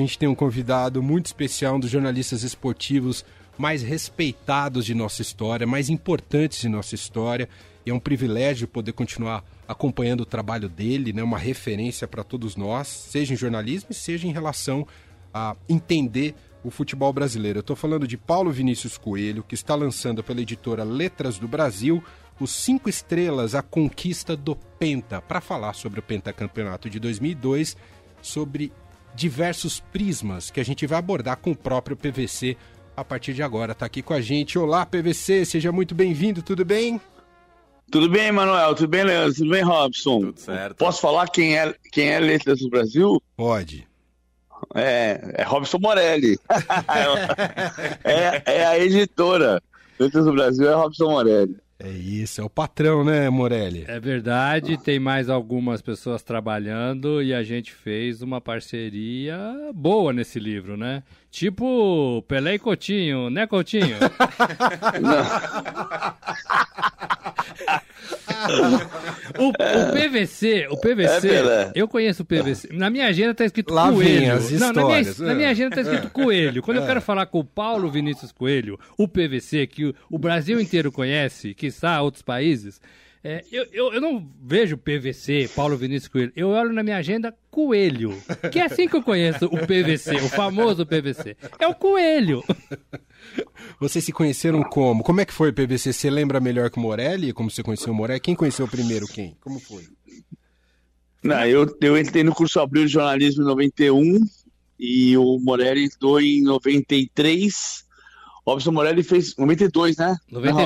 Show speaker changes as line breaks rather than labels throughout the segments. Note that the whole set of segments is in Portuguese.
gente tem um convidado muito especial, um dos jornalistas esportivos mais respeitados de nossa história, mais importantes de nossa história. E é um privilégio poder continuar acompanhando o trabalho dele, né? Uma referência para todos nós, seja em jornalismo e seja em relação a entender o futebol brasileiro. Eu estou falando de Paulo Vinícius Coelho, que está lançando pela editora Letras do Brasil os 5 estrelas, a conquista do Penta, para falar sobre o pentacampeonato de 2002, sobre diversos prismas que a gente vai abordar com o próprio PVC a partir de agora. Está aqui com a gente. Olá, PVC, seja muito bem-vindo, tudo bem?
Tudo bem, Manuel? Tudo bem, Leandro? Tudo bem, Robson?
Tudo certo.
Posso falar quem é Letras do Brasil?
Pode.
É Robson Morelli. é a editora. Letras do Brasil é Robson Morelli.
É isso, é o patrão, né, Morelli?
É verdade, tem mais algumas pessoas trabalhando e a gente fez uma parceria boa nesse livro, né? Tipo Pelé e Coutinho, né, Coutinho? O PVC, eu conheço o PVC. Na minha agenda tá escrito
Lá
Coelho.
vem as histórias.
Na minha agenda tá escrito Coelho. Quando eu quero falar com o Paulo Vinícius Coelho, o PVC, que o Brasil inteiro conhece, que está outros países, eu não vejo PVC, Paulo Vinícius Coelho. Eu olho na minha agenda Coelho. Que é assim que eu conheço o PVC, o famoso PVC. É o Coelho.
Vocês se conheceram como? Como é que foi o PVC? Você lembra melhor que o Morelli? Como você conheceu o Morelli? Quem conheceu primeiro quem? Como foi?
Não, eu entrei no curso Abril de Jornalismo em 91 e o Morelli entrou em 93. Robson Morelli fez 92, né?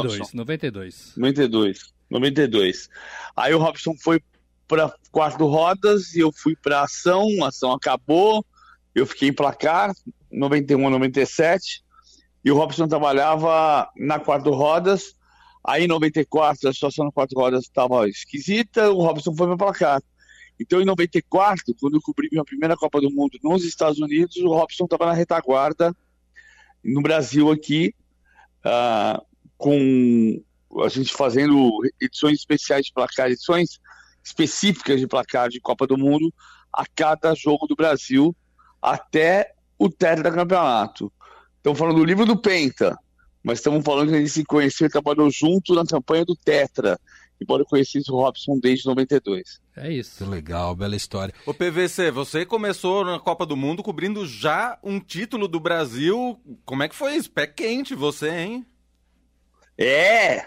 92. Aí o Robson foi para quarto rodas e eu fui para ação. A ação acabou, eu fiquei em placar, 91 a 97. E o Robson trabalhava na quatro rodas. Aí em 94 a situação na quatro rodas estava esquisita, o Robson foi para placar. Então em 94, quando eu cobri minha primeira Copa do Mundo nos Estados Unidos, o Robson estava na retaguarda no Brasil aqui, com a gente fazendo edições especiais de placar, edições específicas de placar de Copa do Mundo a cada jogo do Brasil até o término do campeonato. Estamos falando do livro do Penta, mas estamos falando que a gente se conheceu e trabalhou junto na campanha do Tetra, embora eu conhecesse o Robson desde 92.
É isso.
Que legal, bela história.
Ô PVC, você começou na Copa do Mundo cobrindo já um título do Brasil. Como é que foi isso? Pé quente você, hein?
Em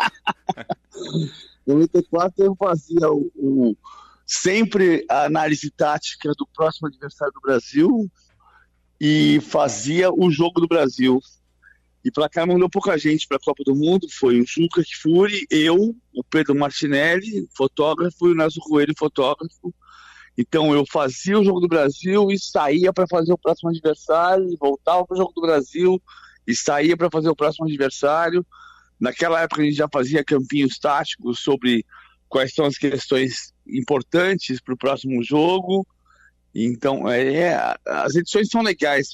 94 eu fazia sempre a análise tática do próximo adversário do Brasil e fazia o jogo do Brasil. E para cá mandou pouca gente para a Copa do Mundo, foi o Juca Kfouri, eu, o Pedro Martinelli, fotógrafo, e o Nelson Coelho, fotógrafo. Então eu fazia o jogo do Brasil e saía para fazer o próximo adversário, e voltava para o jogo do Brasil e saía para fazer o próximo adversário. Naquela época a gente já fazia campinhos táticos sobre quais são as questões importantes para o próximo jogo. Então, as edições são legais,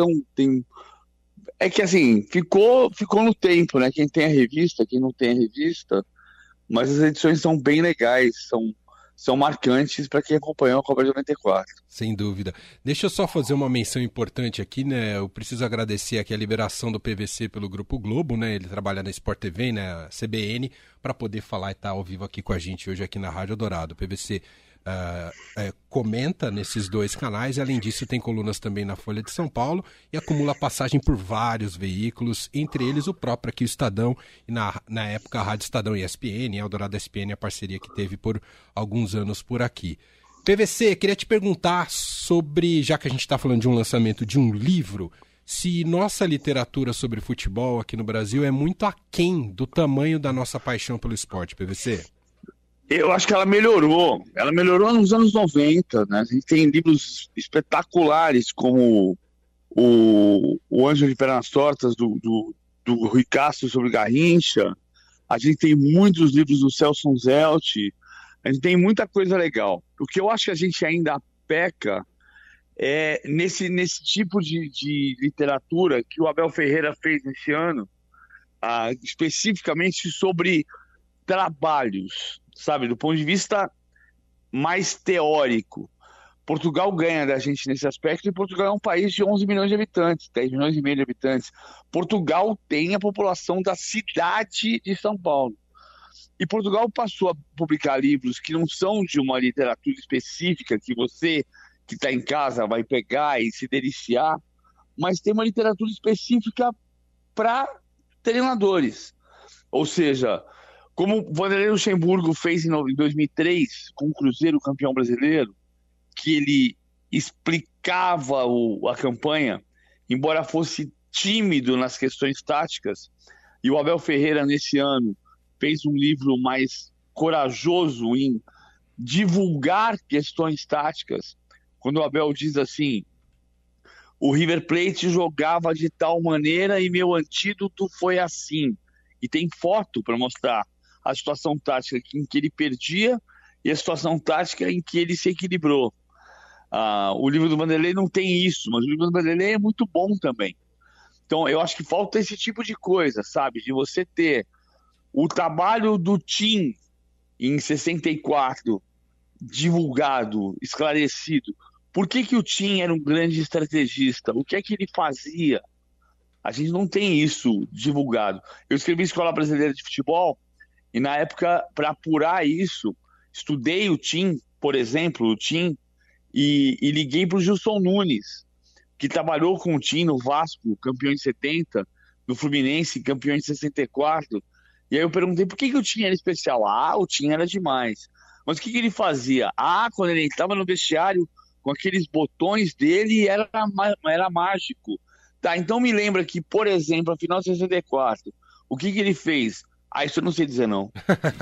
é que assim, ficou no tempo, né? Quem tem a revista, quem não tem a revista, mas as edições são bem legais, são marcantes para quem acompanhou a Copa de 94.
Sem dúvida. Deixa eu só fazer uma menção importante aqui, né? Eu preciso agradecer aqui a liberação do PVC pelo Grupo Globo, né? Ele trabalha na Sport TV, né? CBN, para poder falar e estar ao vivo aqui com a gente hoje aqui na Rádio Dourado. O PVC comenta nesses 2 canais e além disso tem colunas também na Folha de São Paulo e acumula passagem por vários veículos, entre eles o próprio aqui o Estadão e na época a Rádio Estadão e ESPN, a Eldorado ESPN, a parceria que teve por alguns anos por aqui. PVC, queria te perguntar sobre, já que a gente está falando de um lançamento de um livro, se nossa literatura sobre futebol aqui no Brasil é muito aquém do tamanho da nossa paixão pelo esporte, PVC.
Eu acho que ela melhorou nos anos 90, né? A gente tem livros espetaculares como o Anjo de Pernas Tortas, do Rui Castro sobre Garrincha. A gente tem muitos livros do Celso Zelt. A gente tem muita coisa legal. O que eu acho que a gente ainda peca é nesse tipo de literatura que o Abel Ferreira fez nesse ano, especificamente sobre trabalhos, sabe, do ponto de vista mais teórico. Portugal ganha da gente nesse aspecto, e Portugal é um país de 11 milhões de habitantes, 10 milhões e meio de habitantes. Portugal tem a população da cidade de São Paulo. E Portugal passou a publicar livros que não são de uma literatura específica, que você que está em casa vai pegar e se deliciar, mas tem uma literatura específica para treinadores. Ou seja, como o Vanderlei Luxemburgo fez em 2003 com o Cruzeiro campeão brasileiro, que ele explicava a campanha, embora fosse tímido nas questões táticas, e o Abel Ferreira, nesse ano, fez um livro mais corajoso em divulgar questões táticas, quando o Abel diz assim: o River Plate jogava de tal maneira e meu antídoto foi assim. E tem foto para mostrar a situação tática em que ele perdia e a situação tática em que ele se equilibrou. O livro do Vanderlei não tem isso, mas o livro do Vanderlei é muito bom também. Então, eu acho que falta esse tipo de coisa, sabe? De você ter o trabalho do Tim em 64 divulgado, esclarecido. Por que o Tim era um grande estrategista? O que é que ele fazia? A gente não tem isso divulgado. Eu escrevi Escola Brasileira de Futebol e, na época, para apurar isso, estudei o Tim, por exemplo, o Tim, e liguei para o Gilson Nunes, que trabalhou com o Tim no Vasco, campeão em 70, no Fluminense, campeão em 64. E aí eu perguntei por que o Tim era especial. O Tim era demais. Mas o que ele fazia? Quando ele entrava no vestiário com aqueles botões dele, era mágico. Tá, então me lembra que, por exemplo, a final de 64, o que ele fez? Isso eu não sei dizer, não.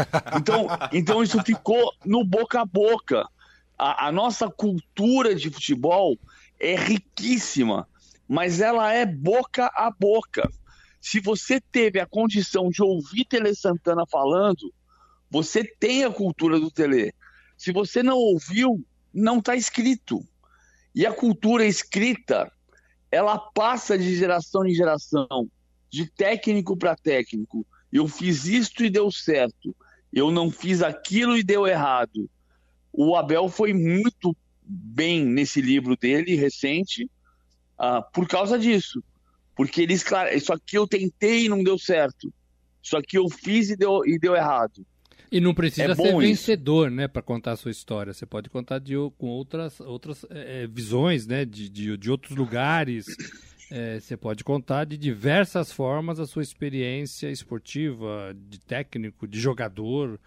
Então isso ficou no boca a boca. A nossa cultura de futebol é riquíssima, mas ela é boca a boca. Se você teve a condição de ouvir Tele Santana falando, você tem a cultura do Tele. Se você não ouviu, não está escrito. E a cultura escrita, ela passa de geração em geração, de técnico para técnico. Eu fiz isto e deu certo. Eu não fiz aquilo e deu errado. O Abel foi muito bem nesse livro dele, recente, por causa disso. Porque ele esclarece, isso aqui eu tentei e não deu certo. Isso aqui eu fiz e deu errado.
E não precisa ser vencedor, né, para contar a sua história. Você pode contar com outras visões, né, de outros lugares. Você pode contar de diversas formas a sua experiência esportiva, de técnico, de jogador.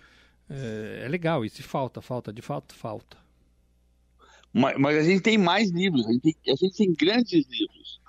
É legal, isso falta.
Mas a gente tem mais livros, a gente tem grandes livros.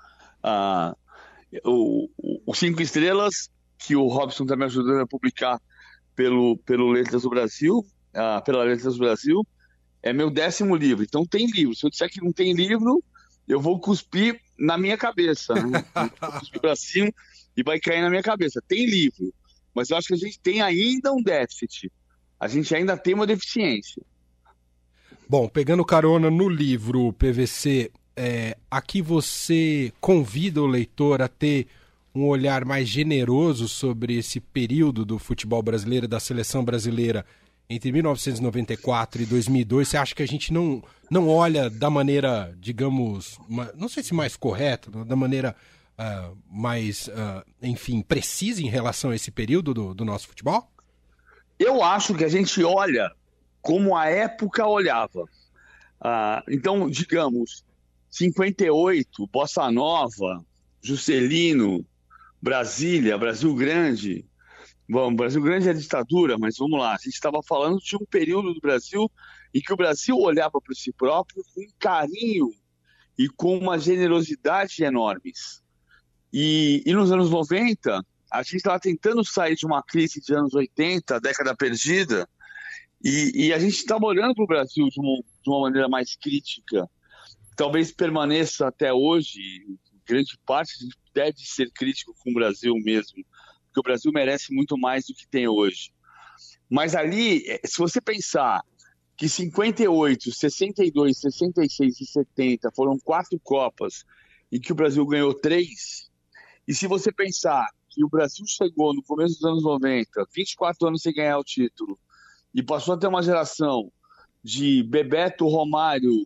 O 5 Estrelas, que o Robson está me ajudando a publicar pelo Letras do Brasil, pela Letras do Brasil, é meu 10º livro. Então tem livro. Se eu disser que não tem livro, eu vou cuspir na minha cabeça. Né? Eu vou cuspir para cima e vai cair na minha cabeça. Tem livro, mas eu acho que a gente tem ainda um déficit. A gente ainda tem uma deficiência.
Bom, pegando carona no livro PVC, aqui você convida o leitor a ter um olhar mais generoso sobre esse período do futebol brasileiro, da seleção brasileira, entre 1994 e 2002. Você acha que a gente não olha da maneira, digamos, não sei se mais correta, da maneira mais, enfim, precisa em relação a esse período do nosso futebol?
Eu acho que a gente olha como a época olhava. Então, digamos, 58, Bossa Nova, Juscelino, Brasília, Brasil Grande. Bom, Brasil Grande é ditadura, mas vamos lá. A gente estava falando de um período do Brasil em que o Brasil olhava para si próprio com carinho e com uma generosidade enormes. E nos anos 90, a gente estava tentando sair de uma crise de anos 80, década perdida, e a gente estava olhando para o Brasil de uma maneira mais crítica. Talvez permaneça até hoje, grande parte, a gente deve ser crítico com o Brasil mesmo, porque o Brasil merece muito mais do que tem hoje. Mas ali, se você pensar que 58, 62, 66 e 70 foram 4 Copas e que o Brasil ganhou 3, e se você pensar que o Brasil chegou no começo dos anos 90, 24 anos sem ganhar o título, e passou a ter uma geração de Bebeto, Romário,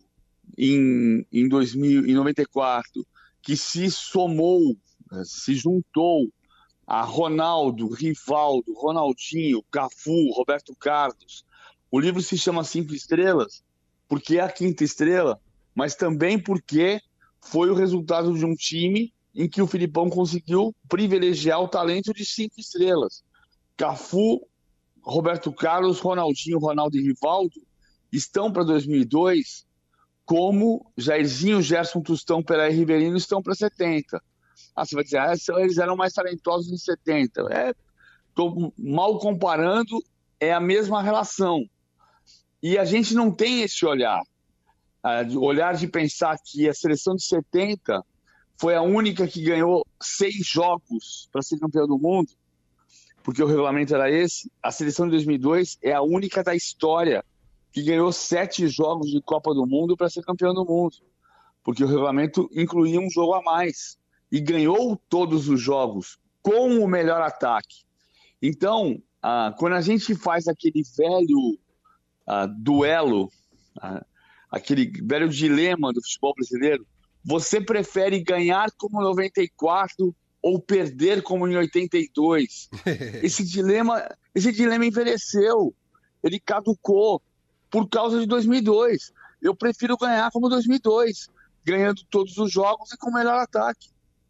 em 94, que se somou, se juntou a Ronaldo, Rivaldo, Ronaldinho, Cafu, Roberto Carlos. O livro se chama 5 Estrelas, porque é a quinta estrela, mas também porque foi o resultado de um time em que o Filipão conseguiu privilegiar o talento de 5 estrelas. Cafu, Roberto Carlos, Ronaldinho, Ronaldo e Rivaldo estão para 2002 como Jairzinho, Gerson, Tostão, Pelé e Ribeirinho estão para 70. Você vai dizer, eles eram mais talentosos em 70. Estou mal comparando, é a mesma relação. E a gente não tem esse olhar. Olhar de pensar que a seleção de 70 foi a única que ganhou 6 jogos para ser campeão do mundo, porque o regulamento era esse. A seleção de 2002 é a única da história que ganhou 7 jogos de Copa do Mundo para ser campeão do mundo, porque o regulamento incluía um jogo a mais e ganhou todos os jogos com o melhor ataque. Então, quando a gente faz aquele velho duelo, aquele velho dilema do futebol brasileiro, você prefere ganhar como em 94 ou perder como em 82? Esse dilema envelheceu, ele caducou por causa de 2002. Eu prefiro ganhar como 2002, ganhando todos os jogos e com o melhor ataque.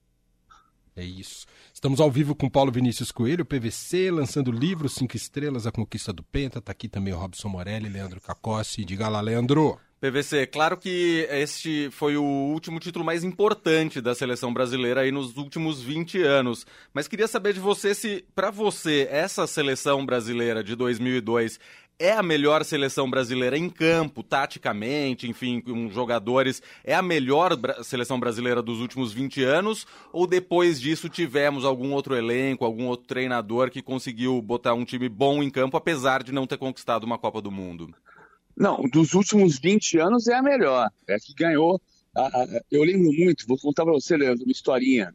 É isso. Estamos ao vivo com Paulo Vinícius Coelho, PVC, lançando o livro 5 Estrelas, A Conquista do Penta. Está aqui também o Robson Morelli, Leandro Cacossi. Diga lá, Leandro.
PVC, claro que este foi o último título mais importante da seleção brasileira aí nos últimos 20 anos. Mas queria saber de você se, para você, essa seleção brasileira de 2002 é a melhor seleção brasileira em campo, taticamente, enfim, com jogadores, é a melhor seleção brasileira dos últimos 20 anos? Ou depois disso tivemos algum outro elenco, algum outro treinador que conseguiu botar um time bom em campo, apesar de não ter conquistado uma Copa do Mundo?
Não, dos últimos 20 anos é a melhor. É a que ganhou. Eu lembro muito, vou contar para você, Leandro, uma historinha.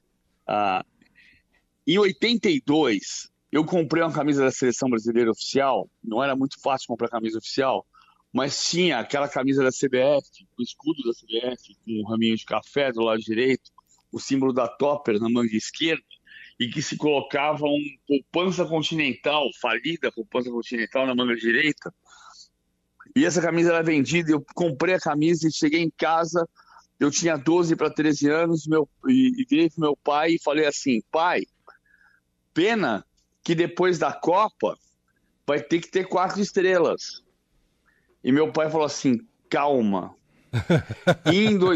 Em 82, eu comprei uma camisa da Seleção Brasileira oficial. Não era muito fácil comprar camisa oficial, mas tinha aquela camisa da CBF, o escudo da CBF, com um raminho de café do lado direito, o símbolo da Topper na manga esquerda, e que se colocava um poupança continental, falida poupança continental na manga direita. E essa camisa era vendida, eu comprei a camisa e cheguei em casa, eu tinha 12 para 13 anos, e virei pro meu pai e falei assim: pai, pena que depois da Copa vai ter que ter 4 estrelas. E meu pai falou assim: calma. E em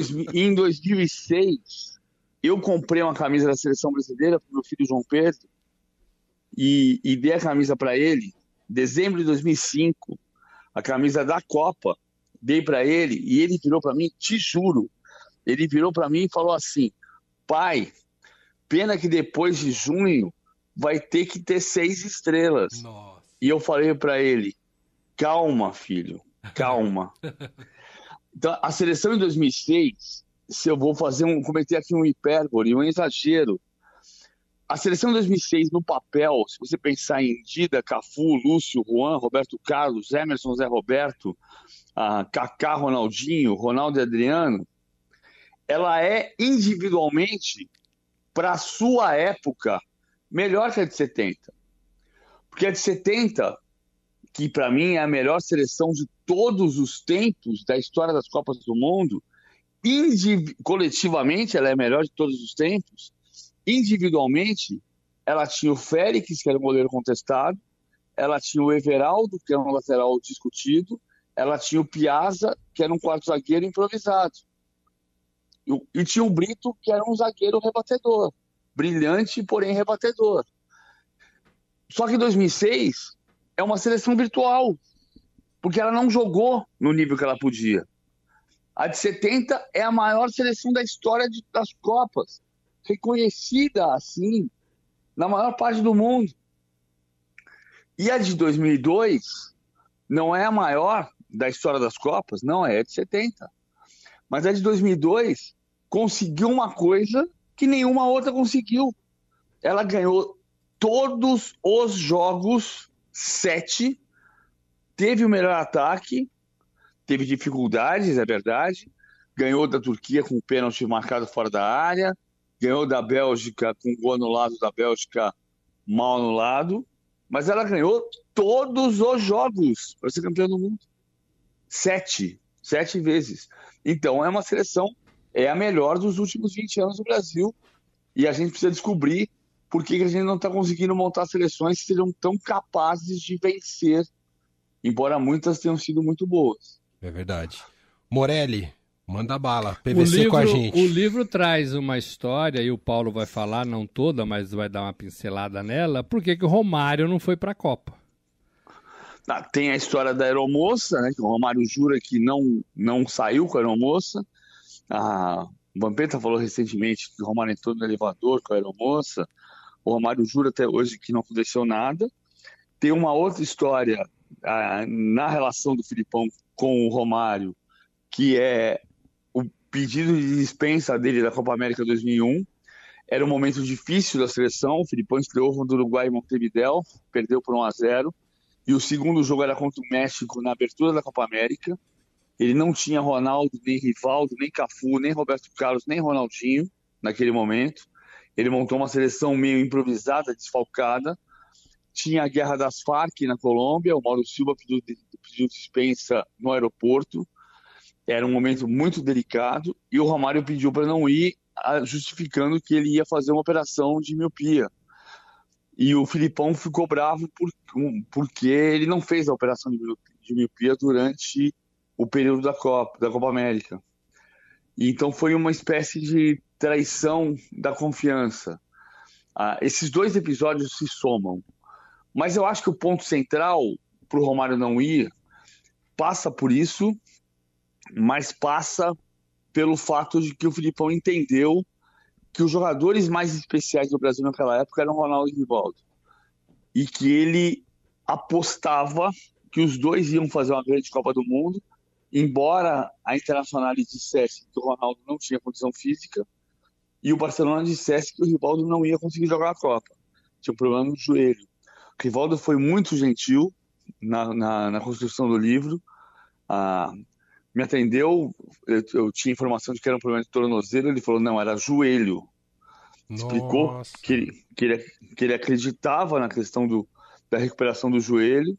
2006, eu comprei uma camisa da Seleção Brasileira para meu filho João Pedro e dei a camisa para ele, em dezembro de 2005, a camisa da Copa, dei para ele e ele virou para mim, te juro, ele virou para mim e falou assim: pai, pena que depois de junho vai ter que ter 6 estrelas.
Nossa.
E eu falei para ele: calma, filho, calma. Então, a seleção em 2006, se eu vou cometer aqui um hipérbole, um exagero, a seleção em 2006, no papel, se você pensar em Dida, Cafu, Lúcio, Juan, Roberto Carlos, Emerson, Zé Roberto, Kaká, Ronaldinho, Ronaldo e Adriano, ela é individualmente, para a sua época, melhor que a de 70. Porque a de 70, que para mim é a melhor seleção de todos os tempos da história das Copas do Mundo, coletivamente ela é a melhor de todos os tempos, individualmente ela tinha o Félix, que era um goleiro contestado, ela tinha o Everaldo, que era um lateral discutido, ela tinha o Piazza, que era um quarto zagueiro improvisado, e tinha o Brito, que era um zagueiro rebatedor, brilhante, porém rebatedor. Só que 2006 é uma seleção virtual, porque ela não jogou no nível que ela podia. A de 70 é a maior seleção da história das Copas, reconhecida assim na maior parte do mundo. E a de 2002 não é a maior da história das Copas, não, é a de 70. Mas a de 2002 conseguiu uma coisa que nenhuma outra conseguiu. Ela ganhou todos os jogos 7, teve o melhor ataque, teve dificuldades, é verdade, ganhou da Turquia com o pênalti marcado fora da área, ganhou da Bélgica com o gol anulado da Bélgica mal anulado, mas ela ganhou todos os jogos para ser campeã do mundo. 7 vezes. Então é uma seleção, é a melhor dos últimos 20 anos do Brasil, e a gente precisa descobrir por que a gente não está conseguindo montar seleções que sejam tão capazes de vencer, embora muitas tenham sido muito boas.
É verdade. Morelli, manda bala, PVC com a gente.
O livro traz uma história, e o Paulo vai falar, não toda, mas vai dar uma pincelada nela, por que o Romário não foi para a Copa?
Tem a história da aeromoça, né, que o Romário jura que não saiu com a aeromoça. O Vampeta falou recentemente que o Romário entrou no elevador com a aeromoça. O Romário jura até hoje que não aconteceu nada. Tem uma outra história na relação do Filipão com o Romário, que é o pedido de dispensa dele da Copa América 2001. Era um momento difícil da seleção. O Filipão estreou contra o Uruguai em Montevidéu, perdeu por 1-0. E o segundo jogo era contra o México na abertura da Copa América. Ele não tinha Ronaldo, nem Rivaldo, nem Cafu, nem Roberto Carlos, nem Ronaldinho naquele momento. Ele montou uma seleção meio improvisada, desfalcada. Tinha a guerra das Farc na Colômbia. O Mauro Silva pediu dispensa no aeroporto. Era um momento muito delicado. E o Romário pediu para não ir, justificando que ele ia fazer uma operação de miopia. E o Filipão ficou bravo porque ele não fez a operação de miopia durante o período da Copa América. E então foi uma espécie de traição da confiança. Esses dois episódios se somam. Mas eu acho que o ponto central para o Romário não ir passa por isso, mas passa pelo fato de que o Filipão entendeu que os jogadores mais especiais do Brasil naquela época eram Ronaldo e Rivaldo. E que ele apostava que os dois iam fazer uma grande Copa do Mundo, embora a Internacional dissesse que o Ronaldo não tinha condição física e o Barcelona dissesse que o Rivaldo não ia conseguir jogar a Copa. Tinha um problema no joelho. O Rivaldo foi muito gentil na construção do livro. Me atendeu, eu tinha informação de que era um problema de tornozelo, ele falou, não, era joelho. Explicou que ele acreditava na questão da recuperação do joelho,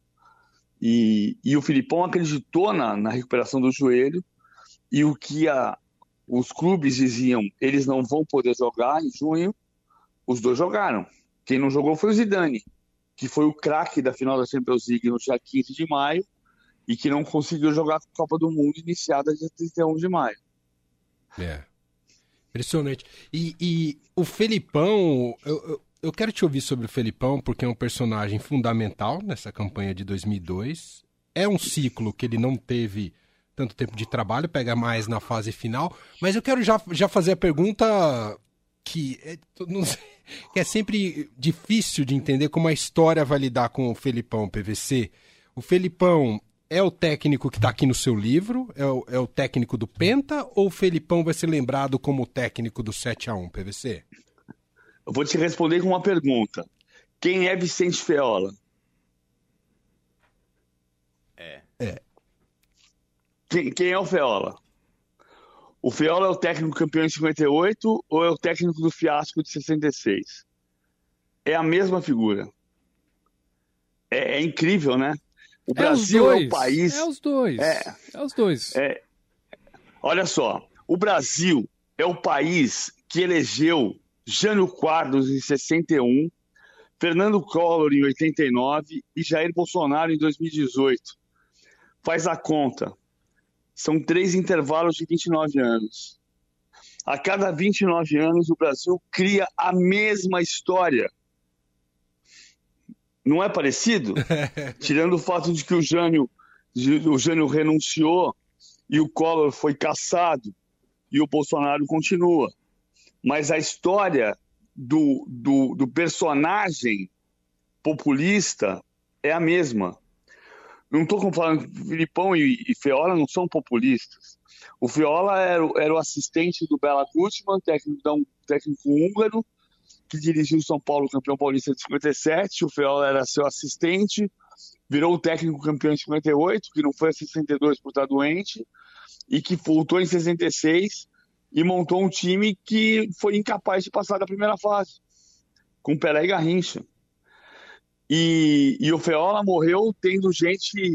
e o Filipão acreditou na recuperação do joelho, e o que os clubes diziam, eles não vão poder jogar em junho, os dois jogaram. Quem não jogou foi o Zidane, que foi o craque da final da Champions League no dia 15 de maio, e que não conseguiu jogar a Copa do Mundo iniciada dia 31 de maio.
Impressionante. E o Felipão, eu quero te ouvir sobre o Felipão, porque é um personagem fundamental nessa campanha de 2002. É um ciclo que ele não teve tanto tempo de trabalho, pega mais na fase final. Mas eu quero já fazer a pergunta que é sempre difícil de entender como a história vai lidar com o Felipão, PVC. O Felipão é o técnico que está aqui no seu livro? É o técnico do Penta? Ou o Felipão vai ser lembrado como o técnico do 7-1, PVC?
Eu vou te responder com uma pergunta. Quem é Vicente Feola? Quem é o Feola? O Feola é o técnico campeão em 58 ou é o técnico do fiasco de 66? É a mesma figura. É incrível, né? O Brasil é o país...
É os dois. É os dois.
Olha só, o Brasil é o país que elegeu Jânio Quadros em 61, Fernando Collor em 89 e Jair Bolsonaro em 2018. Faz a conta. São 3 intervalos de 29 anos. A cada 29 anos, o Brasil cria a mesma história. Não é parecido? Tirando o fato de que o Jânio renunciou e o Collor foi cassado e o Bolsonaro continua. Mas a história do personagem populista é a mesma. Não estou falando que Filipão e Feola não são populistas. O Feola era o assistente do Bela Gutmann, técnico húngaro, que dirigiu o São Paulo campeão paulista de 57. O Feola era seu assistente. virou o técnico campeão em 58, que não foi a 62 por estar doente, e que voltou em 66 e montou um time que foi incapaz de passar da primeira fase, com Pelé e Garrincha. E o Feola morreu tendo gente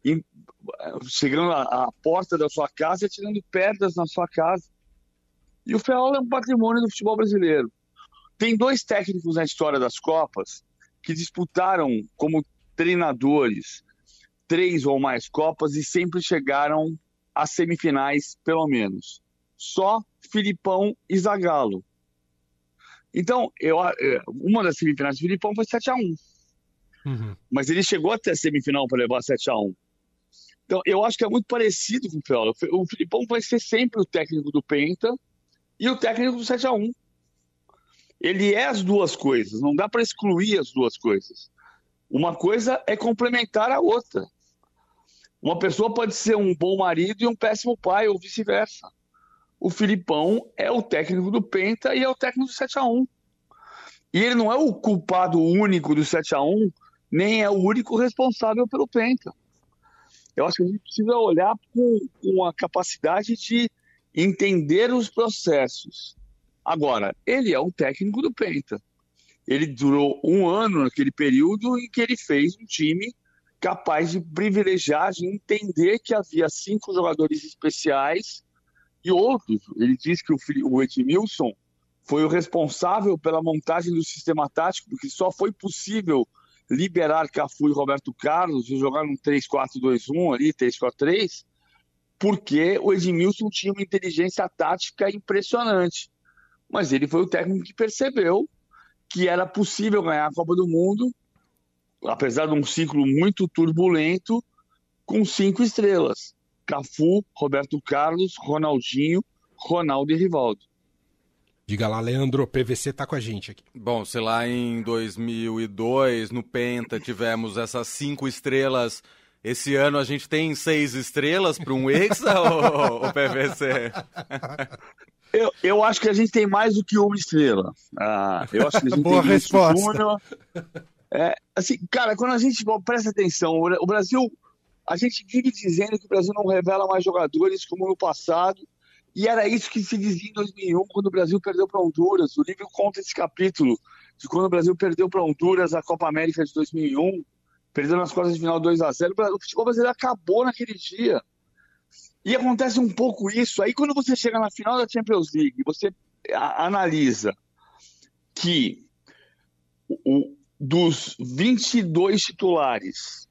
chegando à porta da sua casa e atirando pedras na sua casa. E o Feola é um patrimônio do futebol brasileiro. Tem 2 técnicos na história das Copas que disputaram como treinadores 3 ou mais Copas e sempre chegaram às semifinais, pelo menos. Só Filipão e Zagallo. Então, uma das semifinais do Filipão foi 7-1. Mas ele chegou até a semifinal para levar 7-1. Então, eu acho que é muito parecido com o Feola. O Filipão vai ser sempre o técnico do Penta e o técnico do 7-1. Ele é as duas coisas, não dá para excluir as duas coisas. Uma coisa é complementar a outra. Uma pessoa pode ser um bom marido e um péssimo pai, ou vice-versa. O Filipão é o técnico do Penta e é o técnico do 7-1. E ele não é o culpado único do 7-1, nem é o único responsável pelo Penta. Eu acho que a gente precisa olhar com a capacidade de entender os processos. Agora, ele é um técnico do Penta. Ele durou 1 ano naquele período em que ele fez um time capaz de privilegiar, de entender que havia 5 jogadores especiais e outros. Ele diz que o Edmilson foi o responsável pela montagem do sistema tático, porque só foi possível liberar Cafu e Roberto Carlos e jogar um 3-4-2-1 ali, 3-4-3, porque o Edmilson tinha uma inteligência tática impressionante. Mas ele foi o técnico que percebeu que era possível ganhar a Copa do Mundo, apesar de um ciclo muito turbulento, com 5 estrelas. Cafu, Roberto Carlos, Ronaldinho, Ronaldo e Rivaldo.
Diga lá, Leandro, o PVC tá com a gente aqui.
Bom, se lá em 2002, no Penta, tivemos essas 5 estrelas, esse ano a gente tem 6 estrelas para um Hexa ou PVC?
Eu acho que a gente tem mais do que uma estrela. Eu acho que a gente
Boa
tem
resposta.
Assim, cara, quando a gente presta atenção, o Brasil, a gente vive dizendo que o Brasil não revela mais jogadores como no passado, e era isso que se dizia em 2001, quando o Brasil perdeu para Honduras. O livro conta esse capítulo de quando o Brasil perdeu para Honduras a Copa América de 2001, perdeu nas quartas de final 2-0. O futebol brasileiro acabou naquele dia. E acontece um pouco isso. Aí quando você chega na final da Champions League, você analisa que dos 22 titulares,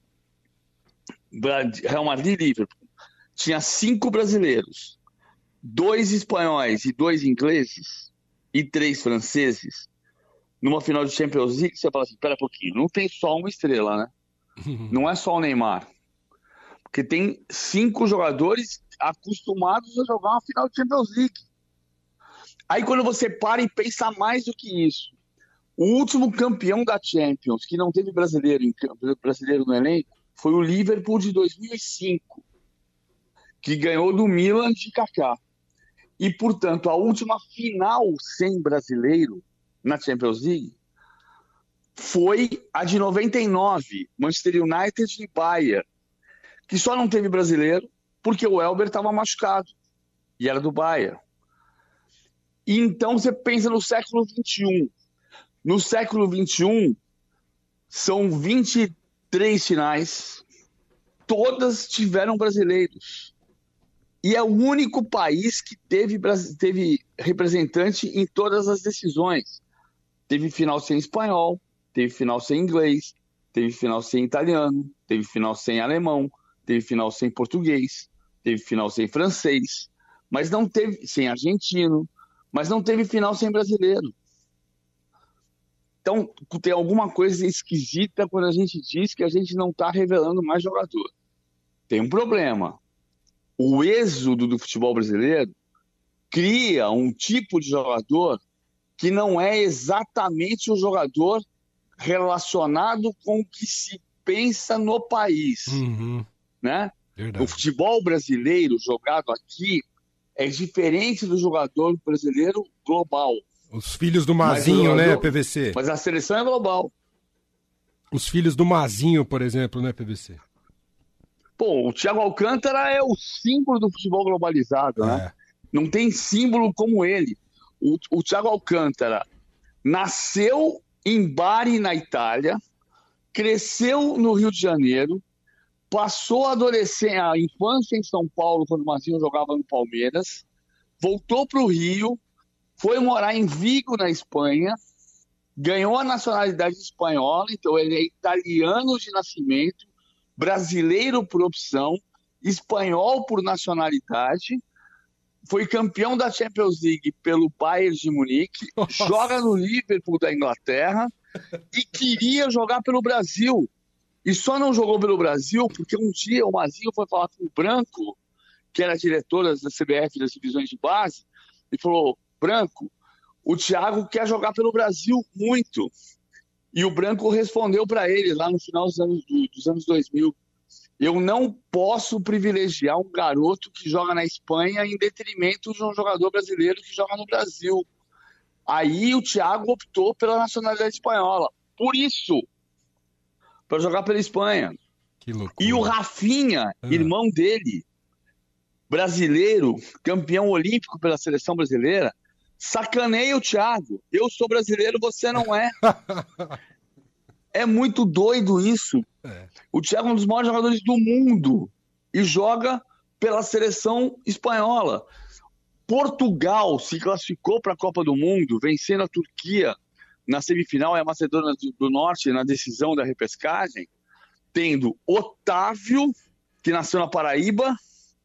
Real Madrid e Liverpool, tinha 5 brasileiros, 2 espanhóis e 2 ingleses e 3 franceses. Numa final de Champions League, você fala assim, espera um pouquinho, não tem só uma estrela, né? Não é só o Neymar. Porque tem 5 jogadores acostumados a jogar uma final de Champions League. Aí quando você para e pensa mais do que isso, o último campeão da Champions, que não teve brasileiro no elenco, foi o Liverpool de 2005, que ganhou do Milan de Kaká. E, portanto, a última final sem brasileiro na Champions League foi a de 99, Manchester United e Bayern, que só não teve brasileiro porque o Elber estava machucado e era do Bayern. E então você pensa no século XXI. No século XXI, são 23 finais, todas tiveram brasileiros. E é o único país que teve representante em todas as decisões. Teve final sem espanhol, teve final sem inglês, teve final sem italiano, teve final sem alemão, teve final sem português, teve final sem francês, mas não teve sem argentino, mas não teve final sem brasileiro. Então, tem alguma coisa esquisita quando a gente diz que a gente não está revelando mais jogador. Tem um problema. O êxodo do futebol brasileiro cria um tipo de jogador que não é exatamente o jogador relacionado com o que se pensa no país. Né? O futebol brasileiro jogado aqui é diferente do jogador brasileiro global.
Os filhos do Mazinho, né, PVC?
Mas a seleção é global.
Os filhos do Mazinho, por exemplo, né, PVC?
Pô, o Thiago Alcântara é o símbolo do futebol globalizado, né? Não tem símbolo como ele. O Thiago Alcântara nasceu em Bari, na Itália, cresceu no Rio de Janeiro, passou a infância em São Paulo, quando o Mazinho jogava no Palmeiras, voltou para o Rio, foi morar em Vigo, na Espanha, ganhou a nacionalidade espanhola, então ele é italiano de nascimento, brasileiro por opção, espanhol por nacionalidade, foi campeão da Champions League pelo Bayern de Munique, joga no Liverpool da Inglaterra e queria jogar pelo Brasil. E só não jogou pelo Brasil porque um dia o Mazinho foi falar com o Branco, que era diretor da CBF das divisões de base, e falou: Branco, o Thiago quer jogar pelo Brasil muito. E o Branco respondeu para ele lá no final dos anos 2000: eu não posso privilegiar um garoto que joga na Espanha em detrimento de um jogador brasileiro que joga no Brasil. Aí o Thiago optou pela nacionalidade espanhola. Por isso, para jogar pela Espanha.
Que loucura.
E o Rafinha, irmão dele, brasileiro, campeão olímpico pela seleção brasileira, sacaneia o Thiago. Eu sou brasileiro, você não é. É muito doido isso. O Thiago é um dos maiores jogadores do mundo e joga pela seleção espanhola. Portugal se classificou para a Copa do Mundo, vencendo a Turquia na semifinal e a Macedônia do Norte na decisão da repescagem, tendo Otávio, que nasceu na Paraíba,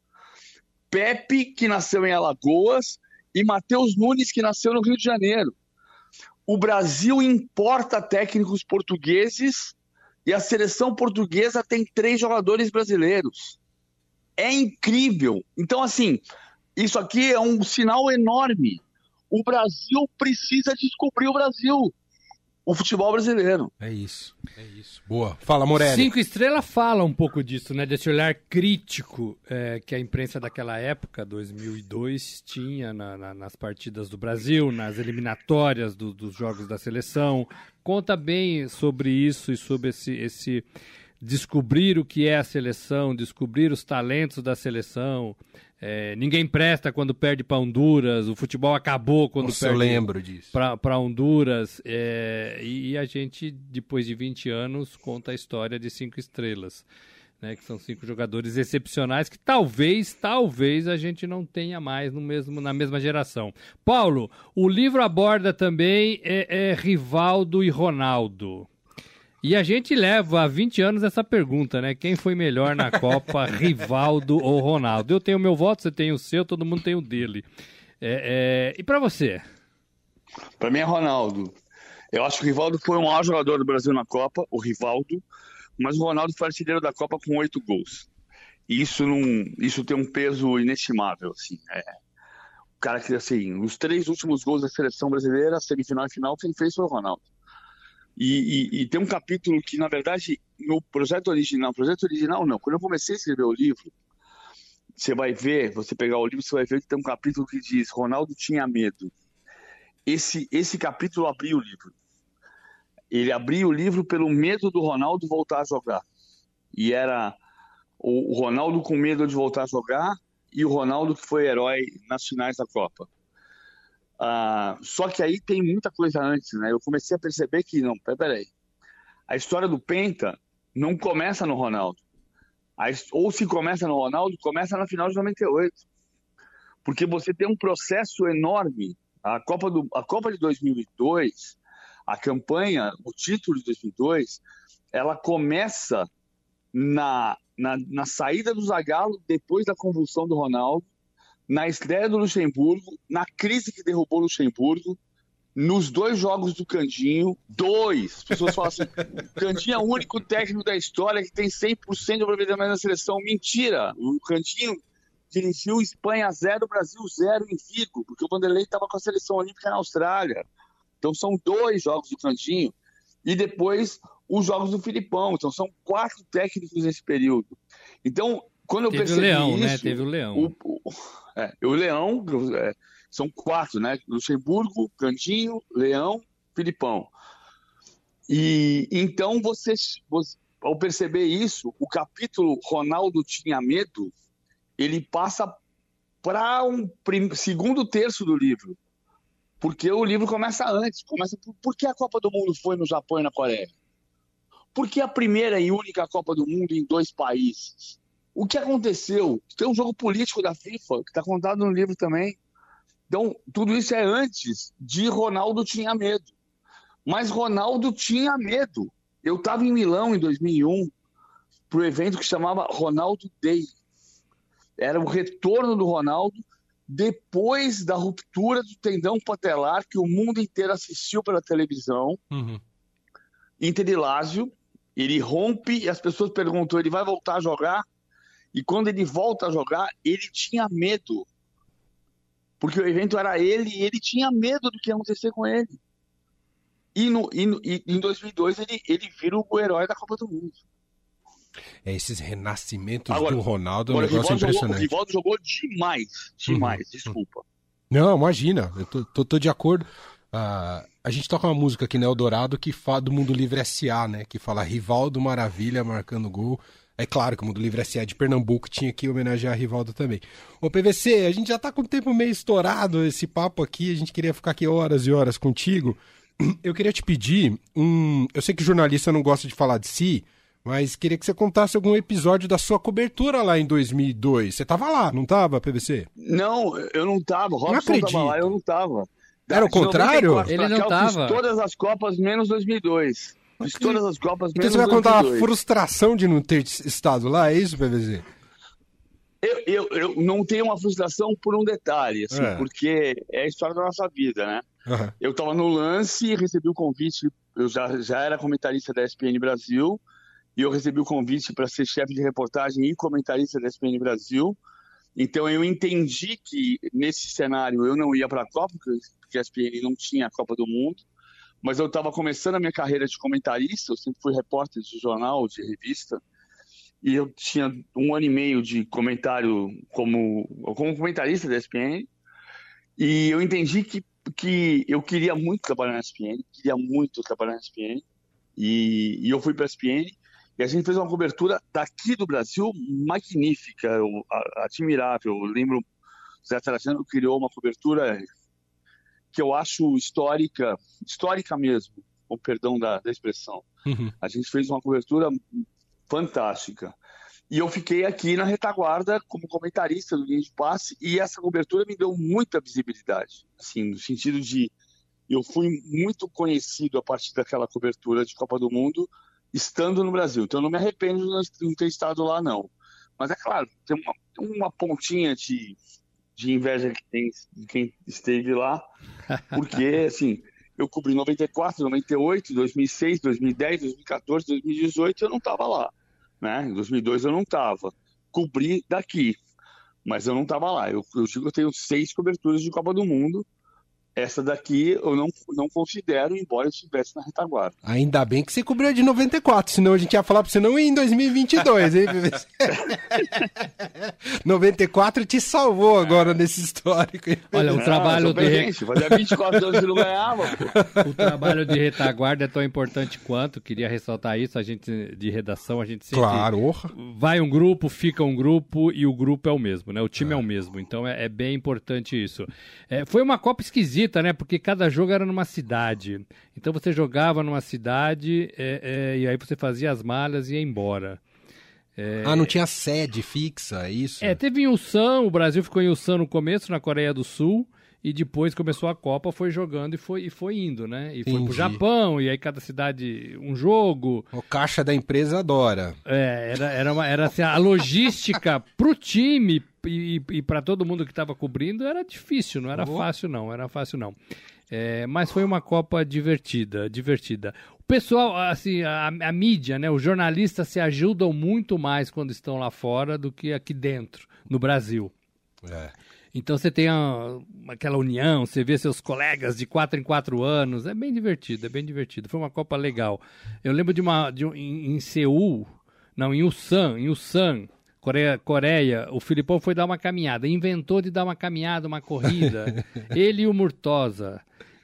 Pepe, que nasceu em Alagoas, e Matheus Nunes, que nasceu no Rio de Janeiro. O Brasil importa técnicos portugueses e a seleção portuguesa tem 3 jogadores brasileiros. É incrível. Então, assim, isso aqui é um sinal enorme. O Brasil precisa descobrir o Brasil. O futebol brasileiro.
É isso. Boa. Fala, Morelli.
5 Estrelas fala um pouco disso, né? Desse olhar crítico que a imprensa daquela época, 2002, tinha nas partidas do Brasil, nas eliminatórias dos jogos da seleção. Conta bem sobre isso e sobre esse descobrir o que é a seleção, descobrir os talentos da seleção. Ninguém presta quando perde para Honduras, o futebol acabou quando perde
eu lembro disso.
Para Honduras, e a gente, depois de 20 anos, conta a história de 5 Estrelas, né, que são 5 jogadores excepcionais que talvez a gente não tenha mais na mesma geração. Paulo, o livro aborda também Rivaldo e Ronaldo. E a gente leva há 20 anos essa pergunta, né? Quem foi melhor na Copa, Rivaldo ou Ronaldo? Eu tenho o meu voto, você tem o seu, todo mundo tem o dele. E para você?
Para mim é Ronaldo. Eu acho que o Rivaldo foi o maior jogador do Brasil na Copa, o Rivaldo, mas o Ronaldo foi artilheiro da Copa com 8 gols. E isso tem um peso inestimável, assim. O cara que, assim, os 3 últimos gols da seleção brasileira, semifinal e final, quem fez foi o Ronaldo. E tem um capítulo que, na verdade, no projeto original não, quando eu comecei a escrever o livro, você pegar o livro, você vai ver que tem um capítulo que diz: Ronaldo tinha medo. Esse capítulo abriu o livro. Ele abriu o livro pelo medo do Ronaldo voltar a jogar. E era o Ronaldo com medo de voltar a jogar e o Ronaldo que foi herói nas finais da Copa. Só que aí tem muita coisa antes, né? Eu comecei a perceber que, não, peraí. A história do Penta não começa no Ronaldo. Ou se começa no Ronaldo, começa na final de 98. Porque você tem um processo enorme. A Copa de 2002, a campanha, o título de 2002, ela começa na saída do Zagallo depois da convulsão do Ronaldo, na estreia do Luxemburgo, na crise que derrubou o Luxemburgo, nos 2 jogos do Candinho, 2. As pessoas falam assim: Candinho é o único técnico da história que tem 100% de aproveitamento na seleção. Mentira! O Candinho dirigiu Espanha 0, Brasil 0 em Vigo, porque o Vanderlei estava com a seleção olímpica na Austrália. Então são 2 jogos do Candinho. E depois os jogos do Filipão. Então são 4 técnicos nesse período. Então, quando eu percebi
Leão,
isso...
né? Teve o Leão.
O Leão, são 4, né? Luxemburgo, Candinho, Leão, Filipão. E então ao perceber isso, o capítulo Ronaldo tinha medo, ele passa para segundo terço do livro. Porque o livro começa antes. Por que a Copa do Mundo foi no Japão e na Coreia? Por que a primeira e única Copa do Mundo em 2 países? O que aconteceu? Tem um jogo político da FIFA, que está contado no livro também. Então, tudo isso é antes de Ronaldo tinha medo. Mas Ronaldo tinha medo. Eu estava em Milão em 2001 para o evento que chamava Ronaldo Day. Era o retorno do Ronaldo depois da ruptura do tendão patelar que o mundo inteiro assistiu pela televisão. Inter e Lazio, ele rompe e as pessoas perguntam, ele vai voltar a jogar? E quando ele volta a jogar, ele tinha medo. Porque o evento era ele e ele tinha medo do que ia acontecer com ele. E em 2002 ele vira o herói da Copa do Mundo.
Esses renascimentos do Ronaldo é um negócio impressionante.
O Rivaldo jogou demais, desculpa.
Não, imagina, eu tô de acordo. A gente toca uma música aqui no Eldorado que fala do Mundo Livre S.A., né? Que fala Rivaldo Maravilha marcando gol. É claro que o Mundo Livre S.A. de Pernambuco tinha que homenagear Rivaldo também. Ô PVC, a gente já tá com o tempo meio estourado esse papo aqui, a gente queria ficar aqui horas e horas contigo. Eu queria te pedir eu sei que jornalista não gosta de falar de si, mas queria que você contasse algum episódio da sua cobertura lá em 2002. Você tava lá, não tava, PVC?
Não, eu não tava. Robson tava lá, eu não tava.
Era o contrário?
Ele não tava.
Eu fiz todas as Copas menos 2002. Fiz todas as Copas menos 2002. Então
você vai contar a frustração de não ter estado lá, é isso, PVC?
Eu não tenho uma frustração por um detalhe, assim, porque é a história da nossa vida, né? Eu estava no lance, recebi o convite, eu já era comentarista da ESPN Brasil, e eu recebi o convite para ser chefe de reportagem e comentarista da ESPN Brasil. Então eu entendi que nesse cenário eu não ia para a Copa, porque a ESPN não tinha a Copa do Mundo, mas eu estava começando a minha carreira de comentarista, eu sempre fui repórter de jornal, de revista, e eu tinha 1 ano e meio de comentário como comentarista da ESPN, e eu entendi que eu queria muito trabalhar na ESPN, e eu fui para a ESPN, e a gente fez uma cobertura daqui do Brasil magnífica, admirável. Eu lembro, o Zé Trajano criou uma cobertura que eu acho histórica mesmo, com perdão da expressão. A gente fez uma cobertura fantástica. E eu fiquei aqui na retaguarda como comentarista do Linha de Passe, e essa cobertura me deu muita visibilidade, assim, no sentido de eu fui muito conhecido a partir daquela cobertura de Copa do Mundo, estando no Brasil. Então eu não me arrependo de não ter estado lá, não. Mas é claro, tem uma pontinha de inveja que tem de quem esteve lá, porque, assim, eu cobri 94, 98, 2006, 2010, 2014, 2018, eu não estava lá. Né? Em 2002 eu não estava. Cobri daqui, mas eu não estava lá. Eu digo que eu tenho 6 coberturas de Copa do Mundo. Essa daqui eu não considero, embora eu estivesse na retaguarda.
Ainda bem que você cobriu a de 94, senão a gente ia falar pra você não ir em 2022, hein, PVC? 94 te salvou agora nesse histórico.
Olha, o trabalho
fazia 24 anos que não ganhava, pô.
O trabalho de retaguarda é tão importante quanto, queria ressaltar isso, a gente de redação, a gente sempre...
Claro.
Vai um grupo, fica um grupo e o grupo é o mesmo, né? O time é o mesmo, então é bem importante isso. Foi uma Copa esquisita, né? Porque cada jogo era numa cidade. Então você jogava numa cidade e aí você fazia as malas e ia embora.
Não tinha sede fixa, é isso?
Teve em Ulsan, o Brasil ficou em Ulsan no começo, na Coreia do Sul, e depois começou a Copa, foi jogando e foi indo, né? E foi pro Japão, e aí cada cidade um jogo.
O caixa da empresa adora.
Era assim, a logística pro time e para todo mundo que estava cobrindo era difícil, não era fácil não, mas foi uma Copa divertida. O pessoal, assim, a mídia, né, os jornalistas se ajudam muito mais quando estão lá fora do que aqui dentro, no Brasil. Então você tem aquela união, você vê seus colegas de 4 em 4 anos, é bem divertido. Foi uma Copa legal. Eu lembro em Seul, não, em Ulsan, Coreia, o Filipão foi dar uma caminhada, inventou de dar uma caminhada, uma corrida, ele e o Murtosa.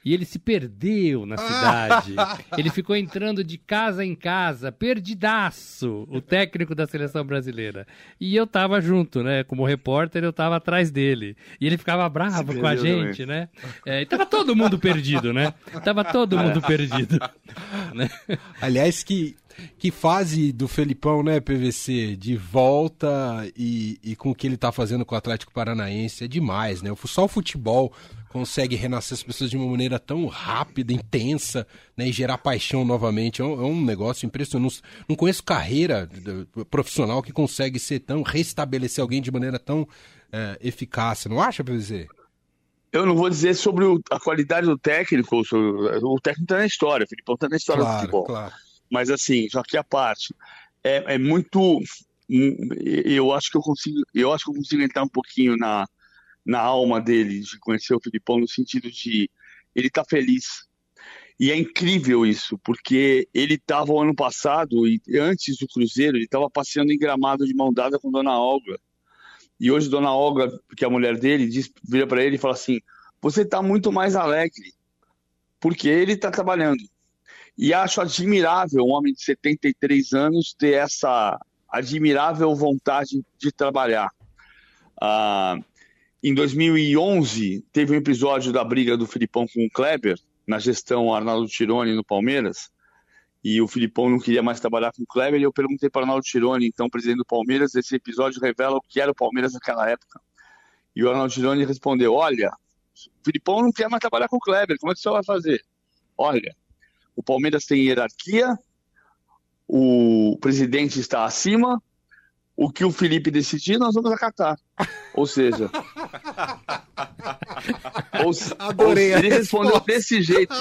E ele se perdeu na cidade. Ele ficou entrando de casa em casa, perdidaço, o técnico da seleção brasileira. E eu tava junto, né? Como repórter, eu tava atrás dele. E ele ficava bravo com a gente, também, né? E tava todo mundo perdido, né? Tava todo mundo perdido. Né?
Aliás, que fase do Felipão, né, PVC? De volta e com o que ele tá fazendo com o Atlético Paranaense é demais, né? Só o futebol consegue renascer as pessoas de uma maneira tão rápida, intensa, né, e gerar paixão novamente. É um negócio impressionante. Não conheço carreira profissional que consegue restabelecer alguém de maneira tão eficaz. Você não acha, PVC?
Eu não vou dizer sobre a qualidade do técnico. O técnico tá na história, o Felipão tá na história do futebol. Claro. Mas assim, já que a parte é muito... Eu acho que eu consigo entrar um pouquinho na alma dele, de conhecer o Felipão, no sentido de ele tá feliz. E é incrível isso, porque ele estava o ano passado, e antes do Cruzeiro, ele estava passeando em Gramado de mão dada com Dona Olga. E hoje Dona Olga, que é a mulher dele, vira para ele e fala assim: você está muito mais alegre, porque ele está trabalhando. E acho admirável um homem de 73 anos ter essa admirável vontade de trabalhar. Em 2011, teve um episódio da briga do Felipão com o Kleber, na gestão Arnaldo Tironi no Palmeiras, e o Felipão não queria mais trabalhar com o Kleber, e eu perguntei para o Arnaldo Tironi, então presidente do Palmeiras, esse episódio revela o que era o Palmeiras naquela época. E o Arnaldo Tironi respondeu: olha, o Felipão não quer mais trabalhar com o Kleber, como é que você vai fazer? Olha, o Palmeiras tem hierarquia, o presidente está acima, o que o Felipe decidir, nós vamos acatar. Ou seja...
Adorei
ele respondeu desse jeito.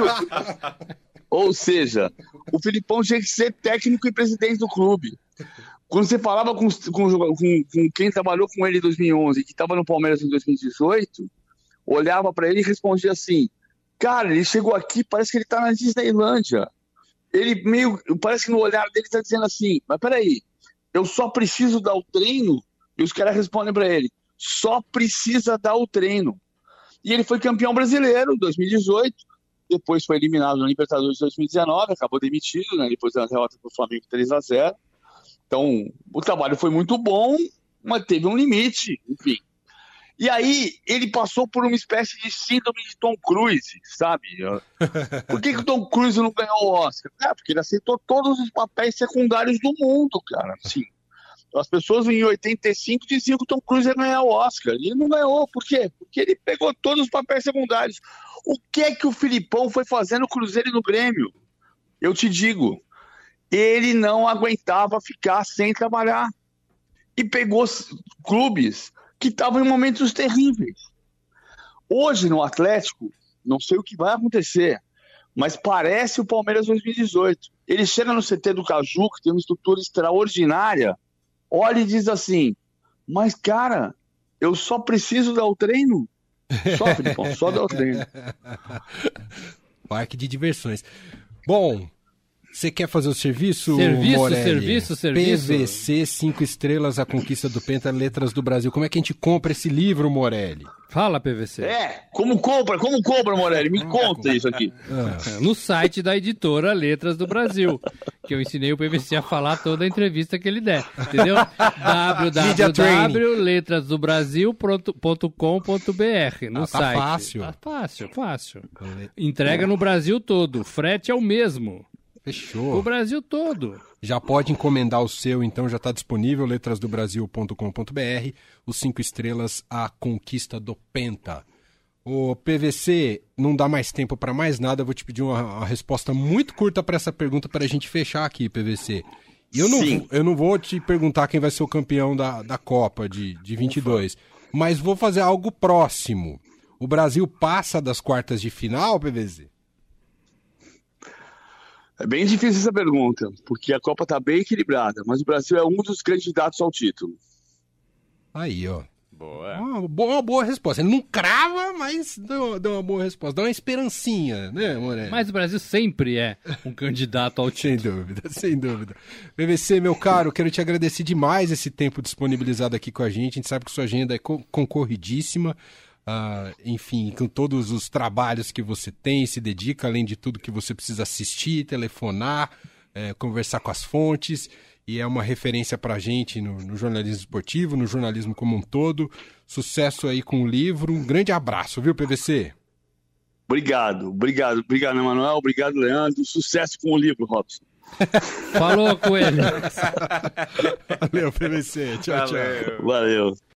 Ou seja, o Felipão tinha que ser técnico e presidente do clube. Quando você falava com quem trabalhou com ele em 2011, que estava no Palmeiras em 2018, olhava para ele e respondia assim: cara, ele chegou aqui, parece que ele está na Disneylândia. Ele parece que no olhar dele está dizendo assim: mas peraí, eu só preciso dar o treino? E os caras respondem para ele: só precisa dar o treino. E ele foi campeão brasileiro em 2018, depois foi eliminado na Libertadores de 2019, acabou demitido, né, depois da derrota para o Flamengo 3-0. Então, o trabalho foi muito bom, mas teve um limite, enfim. E aí, ele passou por uma espécie de síndrome de Tom Cruise, sabe? Por que o Tom Cruise não ganhou o Oscar? Porque ele aceitou todos os papéis secundários do mundo, cara. Assim, as pessoas em 85 diziam que o Tom Cruise ia ganhar o Oscar. E ele não ganhou. Por quê? Porque ele pegou todos os papéis secundários. O que é que o Felipão foi fazer no Cruzeiro e no Grêmio? Eu te digo, ele não aguentava ficar sem trabalhar. E pegou clubes que estavam em momentos terríveis. Hoje, no Atlético, não sei o que vai acontecer, mas parece o Palmeiras 2018. Ele chega no CT do Caju, que tem uma estrutura extraordinária, olha e diz assim: mas, cara, eu só preciso dar o treino? Só, Filipão, só dar o treino.
Parque de diversões. Bom, você quer fazer o serviço,
Morelli? Serviço.
PVC 5 estrelas, a conquista do Penta, letras do Brasil. Como é que a gente compra esse livro, Morelli?
Fala, PVC.
Como compra, Morelli? Me conta isso aqui.
No site da editora Letras do Brasil, que eu ensinei o PVC a falar toda a entrevista que ele der, entendeu? www.letrasdobrasil.com.br no site. Fácil. Entrega no Brasil todo, o frete é o mesmo.
Fechou.
O Brasil todo.
Já pode encomendar o seu, então já está disponível, letrasdobrasil.com.br, os 5 estrelas, a conquista do Penta. O PVC, não dá mais tempo para mais nada, eu vou te pedir uma resposta muito curta para essa pergunta para a gente fechar aqui, PVC. Eu não vou te perguntar quem vai ser o campeão da Copa de 22, mas vou fazer algo próximo. O Brasil passa das quartas de final, PVC?
É bem difícil essa pergunta, porque a Copa está bem equilibrada, mas o Brasil é um dos candidatos ao título.
Aí, ó.
Boa.
Uma boa resposta. Ele não crava, mas deu uma boa resposta. Dá uma esperancinha, né, Morelli?
Mas o Brasil sempre é um candidato ao título.
Sem dúvida. PVC, meu caro, quero te agradecer demais esse tempo disponibilizado aqui com a gente. A gente sabe que sua agenda é concorridíssima. enfim, com todos os trabalhos que você tem, se dedica, além de tudo que você precisa assistir, telefonar, conversar com as fontes, e é uma referência pra gente no jornalismo esportivo, no jornalismo como um todo. Sucesso aí com o livro, um grande abraço, viu, PVC?
Obrigado, Emanuel, obrigado, Leandro, sucesso com o livro, Robson.
Falou com ele.
Valeu, PVC, tchau, tchau.
Valeu.